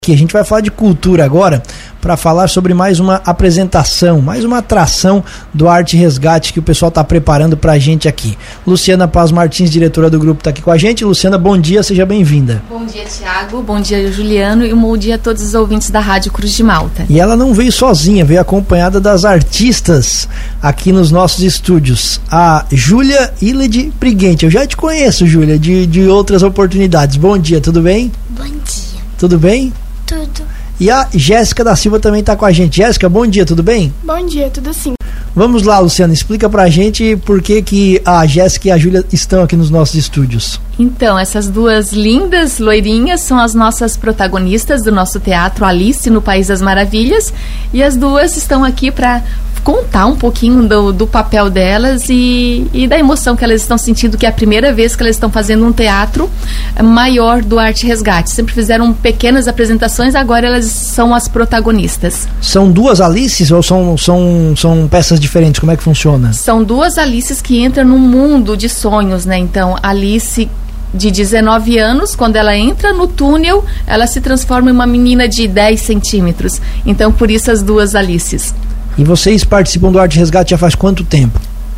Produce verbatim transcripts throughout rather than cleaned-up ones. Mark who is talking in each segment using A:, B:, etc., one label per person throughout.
A: Que a gente vai falar de cultura agora para falar sobre mais uma apresentação, mais uma atração do Arte Resgate que o pessoal está preparando para a gente aqui. Luciana Paz Martins, diretora do grupo, está aqui com a gente. Luciana, bom dia, seja bem-vinda.
B: Bom dia, Tiago, bom dia, Juliano, e um bom dia a todos os ouvintes da Rádio Cruz de Malta.
A: E ela não veio sozinha, veio acompanhada das artistas aqui nos nossos estúdios. A Júlia Iled Briguente. Eu já te conheço, Júlia, de, de outras oportunidades. Bom dia, tudo bem?
C: Bom dia.
A: Tudo bem?
C: Tudo.
A: E a Jéssica da Silva também está com a gente. Jéssica, bom dia, tudo bem?
D: Bom dia, tudo sim.
A: Vamos lá, Luciana, explica pra gente por que que a Jéssica e a Júlia estão aqui nos nossos estúdios.
B: Então, essas duas lindas loirinhas são as nossas protagonistas do nosso teatro Alice no País das Maravilhas, e as duas estão aqui para contar um pouquinho do, do papel delas e, e da emoção que elas estão sentindo, que é a primeira vez que elas estão fazendo um teatro maior do Arte Resgate. Sempre fizeram pequenas apresentações, agora elas são as protagonistas.
A: São duas Alices ou são, são, são peças diferentes? Como é que funciona?
B: São duas Alices que entram num mundo de sonhos, né? Então, Alice de dezenove anos, quando ela entra no túnel, ela se transforma em uma menina de dez centímetros. Então, por isso as duas Alices.
A: E vocês participam do Arte Resgate já faz quanto tempo?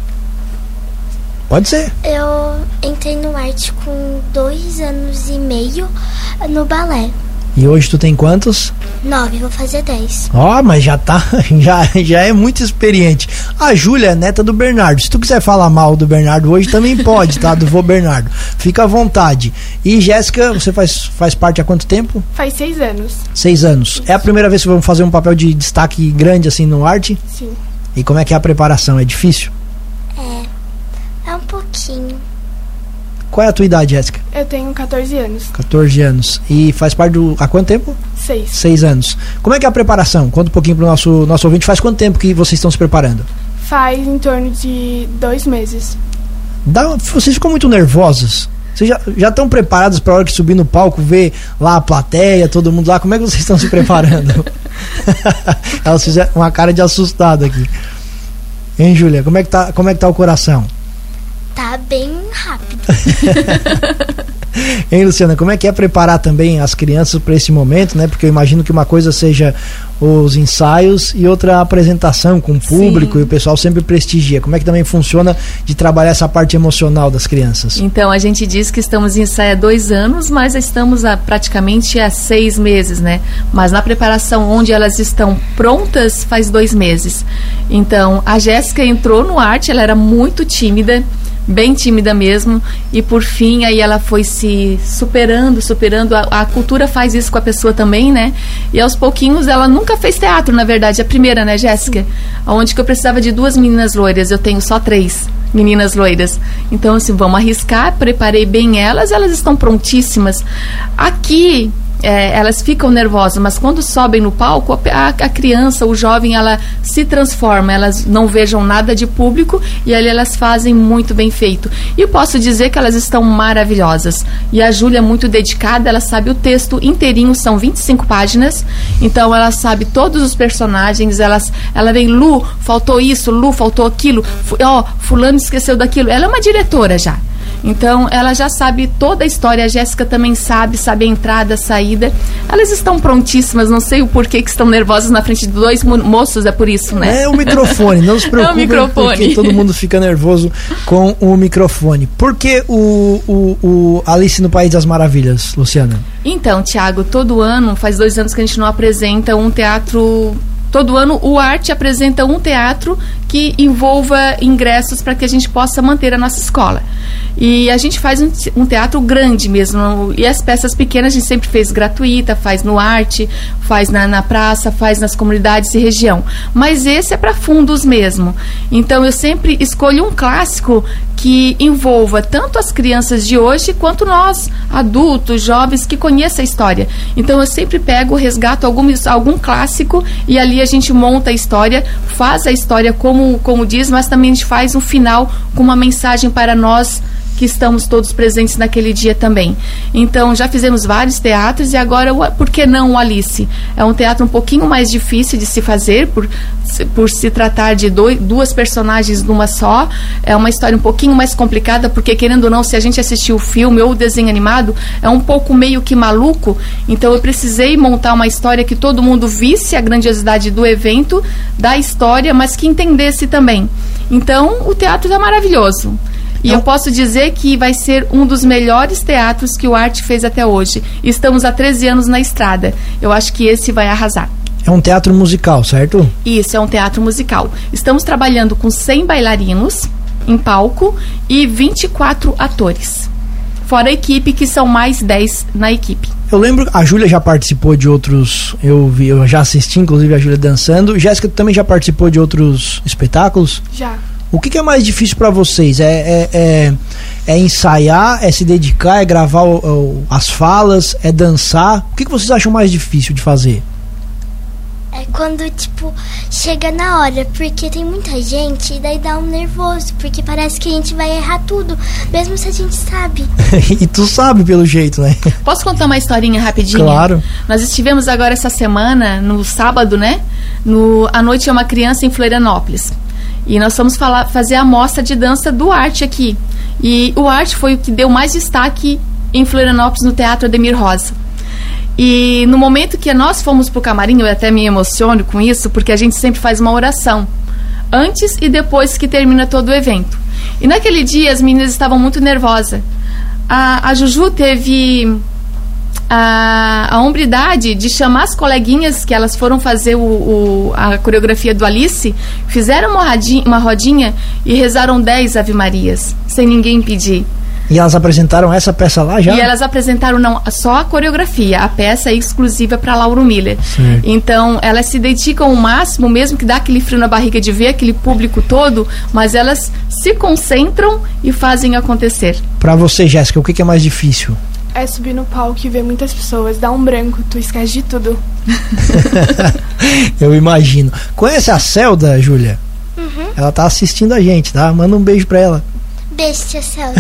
A: Pode ser.
C: Eu entrei no arte com dois anos e meio no balé.
A: E hoje tu tem quantos?
C: Nove, vou fazer dez.
A: Ó, oh, mas já tá, já, já é muito experiente. A Júlia é neta do Bernardo. Se tu quiser falar mal do Bernardo hoje, também pode, tá? Do vô Bernardo. Fica à vontade. E Jéssica, você faz, faz parte há quanto tempo?
D: Faz seis anos.
A: Seis anos. É a primeira vez que vamos fazer um papel de destaque grande assim no arte?
D: Sim.
A: E como é que é a preparação? É difícil?
C: É, é um pouquinho.
A: Qual é a tua idade, Jéssica?
D: Eu tenho catorze anos.
A: catorze anos. E faz parte do... Há quanto tempo?
D: Seis.
A: Seis anos. Como é que é a preparação? Conta um pouquinho pro nosso, nosso ouvinte. Faz quanto tempo que vocês estão se preparando?
D: Faz em torno de dois meses.
A: Dá, vocês ficam muito nervosas? Vocês já, já estão preparados para a hora que subir no palco, ver lá a plateia, todo mundo lá? Como é que vocês estão se preparando? Elas fizeram uma cara de assustado aqui. Hein, Júlia? Como é que tá, como é que tá o coração?
C: Tá bem rápido.
A: Hein, Luciana, como é que é preparar também as crianças para esse momento, né? Porque eu imagino que uma coisa seja os ensaios e outra a apresentação com o público. Sim. E o pessoal sempre prestigia. Como é que também funciona de trabalhar essa parte emocional das crianças?
B: Então, a gente diz que estamos em ensaio há dois anos, mas estamos há, praticamente há seis meses, né? Mas na preparação onde elas estão prontas faz dois meses. Então, a Jéssica entrou no arte, ela era muito tímida, bem tímida mesmo, e por fim aí ela foi se superando, superando, a, a cultura faz isso com a pessoa também, né, e aos pouquinhos ela nunca fez teatro, na verdade, a primeira, né, Jéssica, onde que eu precisava de duas meninas loiras, eu tenho só três meninas loiras, então assim, vamos arriscar, preparei bem elas, elas estão prontíssimas. Aqui É, elas ficam nervosas, mas quando sobem no palco, a, a criança, o jovem, ela se transforma, elas não vejam nada de público e ali elas fazem muito bem feito. E eu posso dizer que elas estão maravilhosas. E a Júlia é muito dedicada, ela sabe o texto inteirinho, são vinte e cinco páginas, então ela sabe todos os personagens, elas, ela vem, Lu, faltou isso, Lu, faltou aquilo, ó, oh, fulano esqueceu daquilo. Ela é uma diretora já. Então, ela já sabe toda a história, a Jéssica também sabe, sabe a entrada, a saída. Elas estão prontíssimas, não sei o porquê que estão nervosas na frente de dois mo- moços, é por isso, né?
A: É o microfone, não se preocupe, é o microfone. Porque todo mundo fica nervoso com o microfone. Por que o, o, o Alice no País das Maravilhas, Luciana?
B: Então, Tiago, todo ano, faz dois anos que a gente não apresenta um teatro... Todo ano o Arte apresenta um teatro que envolva ingressos para que a gente possa manter a nossa escola. E a gente faz um, um teatro grande mesmo. E as peças pequenas a gente sempre fez gratuita, faz no Arte, faz na, na praça, faz nas comunidades e região. Mas esse é para fundos mesmo. Então eu sempre escolho um clássico que envolva tanto as crianças de hoje quanto nós, adultos, jovens, que conheçam a história. Então eu sempre pego, resgato algum, algum clássico e ali a gente monta a história, faz a história como, como diz, mas também a gente faz um final com uma mensagem para nós que estamos todos presentes naquele dia também. Então, já fizemos vários teatros e agora, por que não o Alice? É um teatro um pouquinho mais difícil de se fazer, por, por se tratar de dois, duas personagens numa só. É uma história um pouquinho mais complicada, porque, querendo ou não, se a gente assistir o filme ou o desenho animado, é um pouco meio que maluco. Então, eu precisei montar uma história que todo mundo visse a grandiosidade do evento, da história, mas que entendesse também. Então, o teatro está maravilhoso. E eu posso dizer que vai ser um dos melhores teatros que o Arte fez até hoje. Estamos há treze anos na estrada. Eu acho que esse vai arrasar.
A: É um teatro musical, certo?
B: Isso, é um teatro musical. Estamos trabalhando com cem bailarinos em palco e vinte e quatro atores. Fora a equipe, que são mais dez na equipe.
A: Eu lembro, a Júlia já participou de outros, eu vi, eu já assisti, inclusive, a Júlia dançando. Jéssica, tu também já participou de outros espetáculos?
D: Já.
A: O que, que é mais difícil para vocês? É, é, é, é ensaiar, é se dedicar, é gravar o, o, as falas, é dançar? O que, que vocês acham mais difícil de fazer?
C: É quando, tipo, chega na hora, porque tem muita gente e daí dá um nervoso, porque parece que a gente vai errar tudo, mesmo se a gente sabe.
A: E tu sabe pelo jeito, né?
B: Posso contar uma historinha rapidinho?
A: Claro.
B: Nós estivemos agora essa semana, no sábado, né? No, à noite é uma criança em Florianópolis. E nós fomos falar, fazer a mostra de dança do Arte aqui. E o Arte foi o que deu mais destaque em Florianópolis, no Teatro Ademir Rosa. E no momento que nós fomos pro camarim, eu até me emociono com isso, porque a gente sempre faz uma oração antes e depois que termina todo o evento. E naquele dia as meninas estavam muito nervosas. A, a Juju teve a, a hombridade de chamar as coleguinhas que elas foram fazer o, o, a coreografia do Alice, fizeram uma rodinha, uma rodinha e rezaram dez Ave Marias, sem ninguém pedir.
A: E elas apresentaram essa peça lá já?
B: E elas apresentaram não, só a coreografia. A peça é exclusiva para Lauro Miller.
A: Certo.
B: Então, elas se dedicam ao máximo, mesmo que dá aquele frio na barriga de ver aquele público todo, mas elas se concentram e fazem acontecer.
A: Pra você, Jéssica, o que, que é mais difícil?
D: É subir no palco e ver muitas pessoas, dá um branco, tu esquece de tudo.
A: Eu imagino. Conhece a Celda, Júlia?
C: Uhum.
A: Ela tá assistindo a gente, tá? Manda um beijo pra ela.
C: Beijo, tia Celso.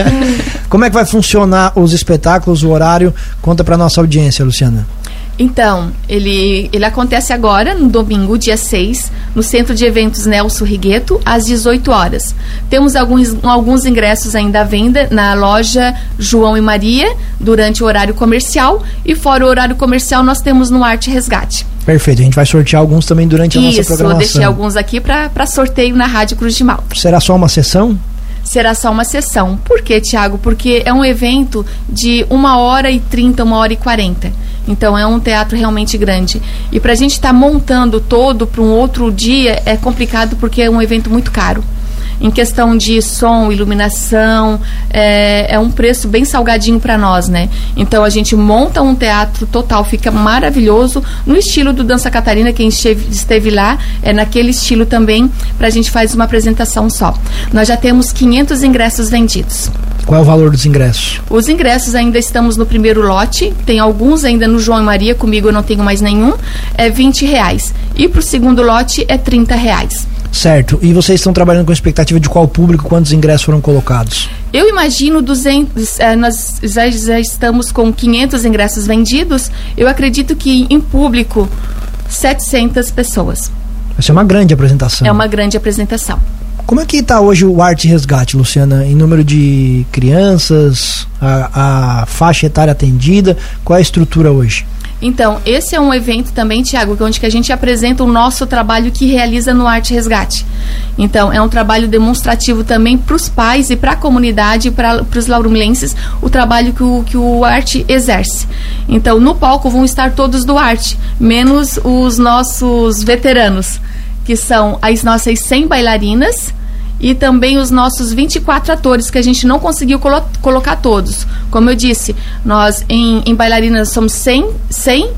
A: Como é que vai funcionar os espetáculos, o horário? Conta pra nossa audiência, Luciana.
B: Então, ele, ele acontece agora, no domingo, dia seis, no Centro de Eventos Nelson Rigueto, às dezoito horas. Temos alguns, alguns ingressos ainda à venda na loja João e Maria, durante o horário comercial, e fora o horário comercial nós temos no Arte Resgate.
A: Perfeito, a gente vai sortear alguns também durante a
B: Isso,
A: nossa programação.
B: eu deixei alguns aqui para sorteio na Rádio Cruz de Malta.
A: Será só uma sessão?
B: Será só uma sessão. Por quê, Tiago? Porque é um evento de uma hora e trinta, uma hora e quarenta. Então é um teatro realmente grande. E pra gente estar tá montando todo para um outro dia é complicado, porque é um evento muito caro. Em questão de som, iluminação, é, é um preço bem salgadinho para nós, né? Então a gente monta um teatro total, fica maravilhoso, no estilo do Dança Catarina. Quem esteve, esteve lá é naquele estilo também, pra gente fazer uma apresentação só. Nós já temos quinhentos ingressos vendidos.
A: Qual é o valor dos ingressos?
B: Os ingressos ainda estamos no primeiro lote, tem alguns ainda no João e Maria, comigo eu não tenho mais nenhum, é vinte reais. E pro segundo lote é trinta reais.
A: Certo. E vocês estão trabalhando com expectativa de qual público, quantos ingressos foram colocados?
B: Eu imagino duzentos, eh, nós já, já estamos com quinhentos ingressos vendidos. Eu acredito que em público, setecentas pessoas.
A: Vai ser uma grande apresentação.
B: É uma grande apresentação.
A: Como é que está hoje o Arte Resgate, Luciana? Em número de crianças, a, a faixa etária atendida, qual é a estrutura hoje?
B: Então, esse é um evento também, Tiago, onde que a gente apresenta o nosso trabalho que realiza no Arte Resgate. Então, é um trabalho demonstrativo também para os pais e para a comunidade, para os lauromilenses, o trabalho que o, que o Arte exerce. Então, no palco vão estar todos do Arte, menos os nossos veteranos, que são as nossas cem bailarinas e também os nossos vinte e quatro atores, que a gente não conseguiu colo- colocar todos. Como eu disse, nós em, em bailarinas somos cem, cem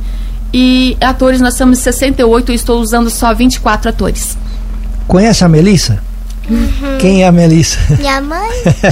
B: e atores nós somos sessenta e oito, e estou usando só vinte e quatro atores.
A: Conhece a Melissa?
C: Uhum.
A: Quem é a Melissa?
C: Minha mãe?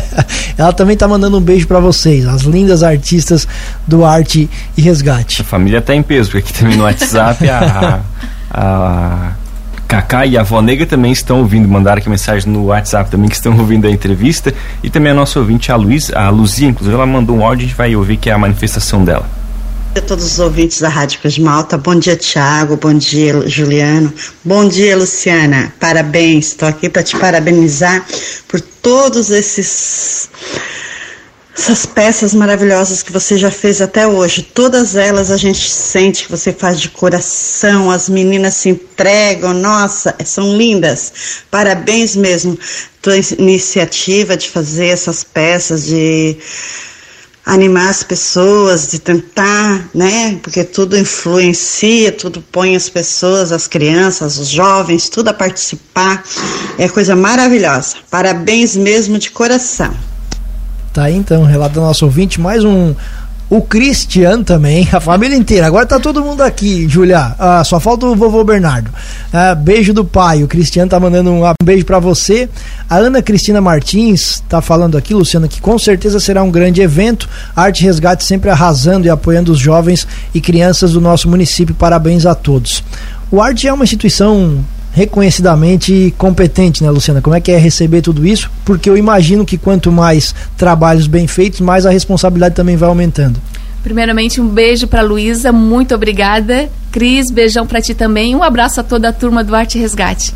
A: Ela também tá mandando um beijo pra vocês, as lindas artistas do Arte e Resgate.
E: A família tá em peso, porque aqui também no WhatsApp a... a, a Cacá e a avó Negra também estão ouvindo, mandaram aqui mensagem no WhatsApp também, que estão ouvindo a entrevista, e também a nossa ouvinte, a Luiz, a Luzia, inclusive, ela mandou um áudio, a gente vai ouvir que é a manifestação dela.
F: Bom dia a todos os ouvintes da Rádio Cruz de Malta, bom dia Tiago, bom dia Juliano, bom dia Luciana, parabéns, estou aqui para te parabenizar por todos esses... essas peças maravilhosas que você já fez até hoje. Todas elas a gente sente que você faz de coração, as meninas se entregam, nossa, são lindas. Parabéns mesmo. Tua iniciativa de fazer essas peças, de animar as pessoas, de tentar, né, porque tudo influencia, tudo põe as pessoas, as crianças, os jovens, tudo a participar. É coisa maravilhosa. Parabéns mesmo de coração.
A: Tá aí então, relato do nosso ouvinte, mais um, o Cristiano também, a família inteira, agora tá todo mundo aqui, Júlia, ah, só falta o vovô Bernardo, ah, beijo do pai, o Cristiano tá mandando um, um beijo pra você, a Ana Cristina Martins tá falando aqui, Luciana, que com certeza será um grande evento, Arte Resgate sempre arrasando e apoiando os jovens e crianças do nosso município, parabéns a todos. O Arte é uma instituição reconhecidamente competente, né, Luciana? Como é que é receber tudo isso? Porque eu imagino que quanto mais trabalhos bem feitos, mais a responsabilidade também vai aumentando.
B: Primeiramente, um beijo para Luísa, muito obrigada. Cris, beijão para ti também. Um abraço a toda a turma do Arte Resgate.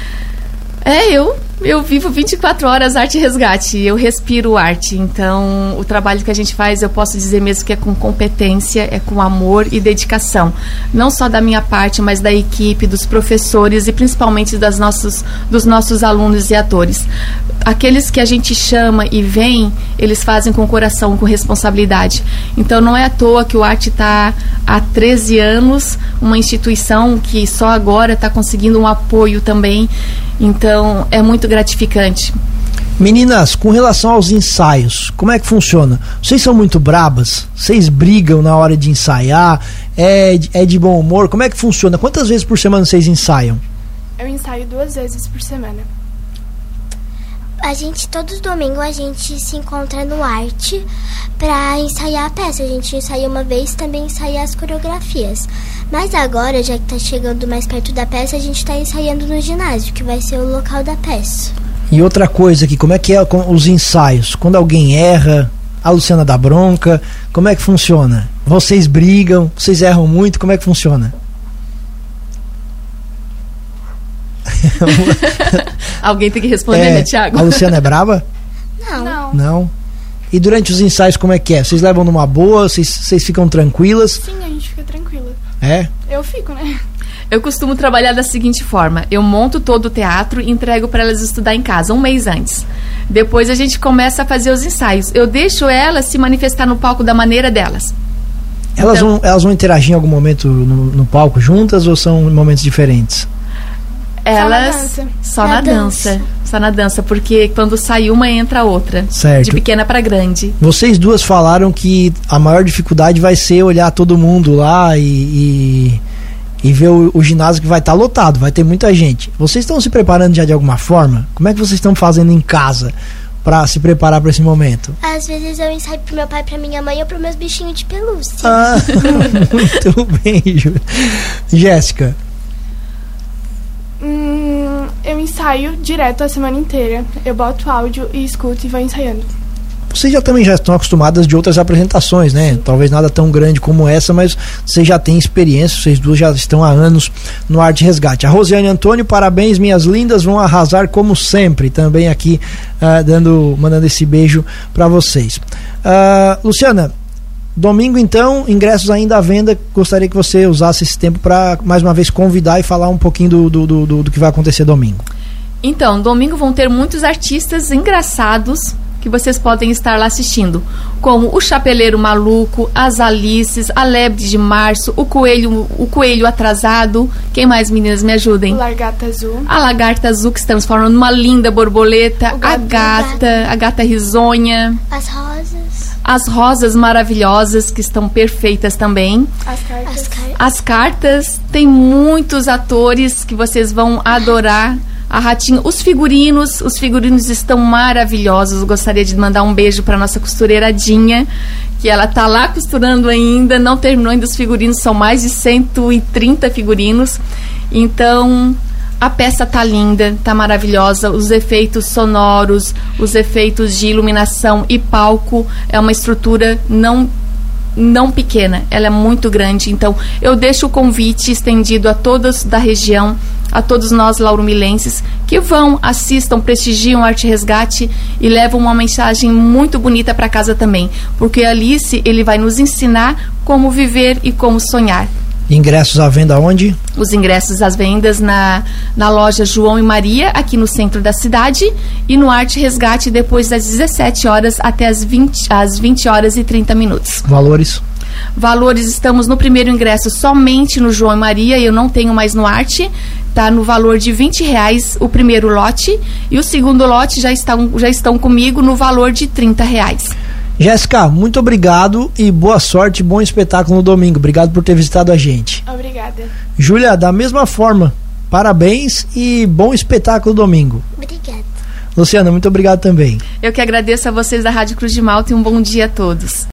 B: É, eu, eu vivo vinte e quatro horas Arte Resgate, eu respiro arte, então o trabalho que a gente faz, eu posso dizer mesmo que é com competência, é com amor e dedicação, não só da minha parte, mas da equipe, dos professores e principalmente das nossos, dos nossos alunos e atores. Aqueles que a gente chama e vem, eles fazem com coração, com responsabilidade. Então não é à toa que o Arte está há treze anos, uma instituição que só agora está conseguindo um apoio também. Então é muito gratificante.
A: Meninas, com relação aos ensaios, como é que funciona? Vocês são muito brabas? Vocês brigam na hora de ensaiar? É, é de bom humor? Como é que funciona? Quantas vezes por semana vocês ensaiam?
D: Eu ensaio duas vezes por semana.
C: A gente, todos os domingos, a gente se encontra no Arte pra ensaiar a peça. A gente ensaia uma vez, também ensaia as coreografias. Mas agora, já que tá chegando mais perto da peça, a gente tá ensaiando no ginásio, que vai ser o local da peça.
A: E outra coisa aqui, como é que é com os ensaios? Quando alguém erra, a Luciana dá bronca, como é que funciona? Vocês brigam, vocês erram muito, como é que funciona?
B: Alguém tem que responder, é, né, Thiago?
A: A Luciana é brava?
C: Não.
D: Não.
A: Não. E durante os ensaios, como é que é? Vocês levam numa boa? Vocês, vocês ficam tranquilas?
D: Sim, a gente fica tranquila.
A: É?
D: Eu fico, né?
B: Eu costumo trabalhar da seguinte forma: eu monto todo o teatro e entrego para elas estudar em casa um mês antes. Depois a gente começa a fazer os ensaios. Eu deixo elas se manifestar no palco da maneira delas.
A: Elas,
B: Então,
A: vão, elas vão interagir em algum momento no, no palco juntas ou são momentos diferentes?
B: Elas
D: Só na dança.
B: só
C: Na
B: na dança.
C: dança.
B: Só na dança, porque quando sai uma, entra a outra.
A: Certo.
B: De pequena para grande.
A: Vocês duas falaram que a maior dificuldade vai ser olhar todo mundo lá e, e, e ver o, o ginásio que vai estar lotado, vai ter muita gente. Vocês estão se preparando já de alguma forma? Como é que vocês estão fazendo em casa para se preparar para esse momento?
C: Às vezes eu ensaio pro meu pai, pra minha mãe ou pros meus bichinhos de pelúcia.
A: Ah, muito bem, Júlia. Jéssica.
D: Hum, eu ensaio direto a semana inteira. Eu boto áudio e escuto e vou ensaiando.
A: Vocês já também já estão acostumadas de outras apresentações, né? Sim. Talvez nada tão grande como essa, mas vocês já têm experiência, vocês duas já estão há anos no Arte Resgate. A Rosiane Antônio, parabéns, minhas lindas, vão arrasar como sempre. Também aqui uh, dando, mandando esse beijo para vocês. Uh, Luciana, domingo então, ingressos ainda à venda. Gostaria que você usasse esse tempo para mais uma vez convidar e falar um pouquinho do, do, do, do, do que vai acontecer domingo.
B: Então, domingo vão ter muitos artistas engraçados que vocês podem estar lá assistindo, como o Chapeleiro Maluco, as Alices, a Lebre de Março, o Coelho, o Coelho Atrasado. Quem mais, meninas, me ajudem?
D: O Lagarta Azul.
B: A Lagarta Azul, que se transforma numa linda borboleta.
D: O
B: A
D: gato.
B: Gata, a Gata Risonha.
C: As rosas,
B: As Rosas Maravilhosas, que estão perfeitas também.
D: As cartas.
C: as caras.
B: As Cartas, tem muitos atores que vocês vão adorar. A Ratinho, os figurinos, os figurinos estão maravilhosos. Eu gostaria de mandar um beijo para nossa costureira Dinha, que ela tá lá costurando ainda, não terminou ainda os figurinos, são mais de cento e trinta figurinos. Então, A peça tá linda, tá maravilhosa, os efeitos sonoros, os efeitos de iluminação e palco, é uma estrutura não não pequena, ela é muito grande. Então eu deixo o convite estendido a todos da região, a todos nós lauromilenses que vão, assistam, prestigiam Arte Resgate e levam uma mensagem muito bonita para casa também, porque Alice, ele vai nos ensinar como viver e como sonhar.
A: Ingressos à venda onde?
B: Os ingressos às vendas na, na loja João e Maria, aqui no centro da cidade, e no Arte Resgate depois das dezessete horas até as vinte, às vinte horas e trinta minutos.
A: Valores?
B: Valores, estamos no primeiro ingresso somente no João e Maria, eu não tenho mais no Arte, tá no valor de vinte reais o primeiro lote, e o segundo lote já estão, já estão comigo no valor de trinta reais.
A: Jéssica, muito obrigado e boa sorte, bom espetáculo no domingo. Obrigado por ter visitado a gente.
D: Obrigada.
A: Júlia, da mesma forma, parabéns e bom espetáculo domingo.
C: Obrigada.
A: Luciana, muito obrigado também.
B: Eu que agradeço a vocês da Rádio Cruz de Malta e um bom dia a todos.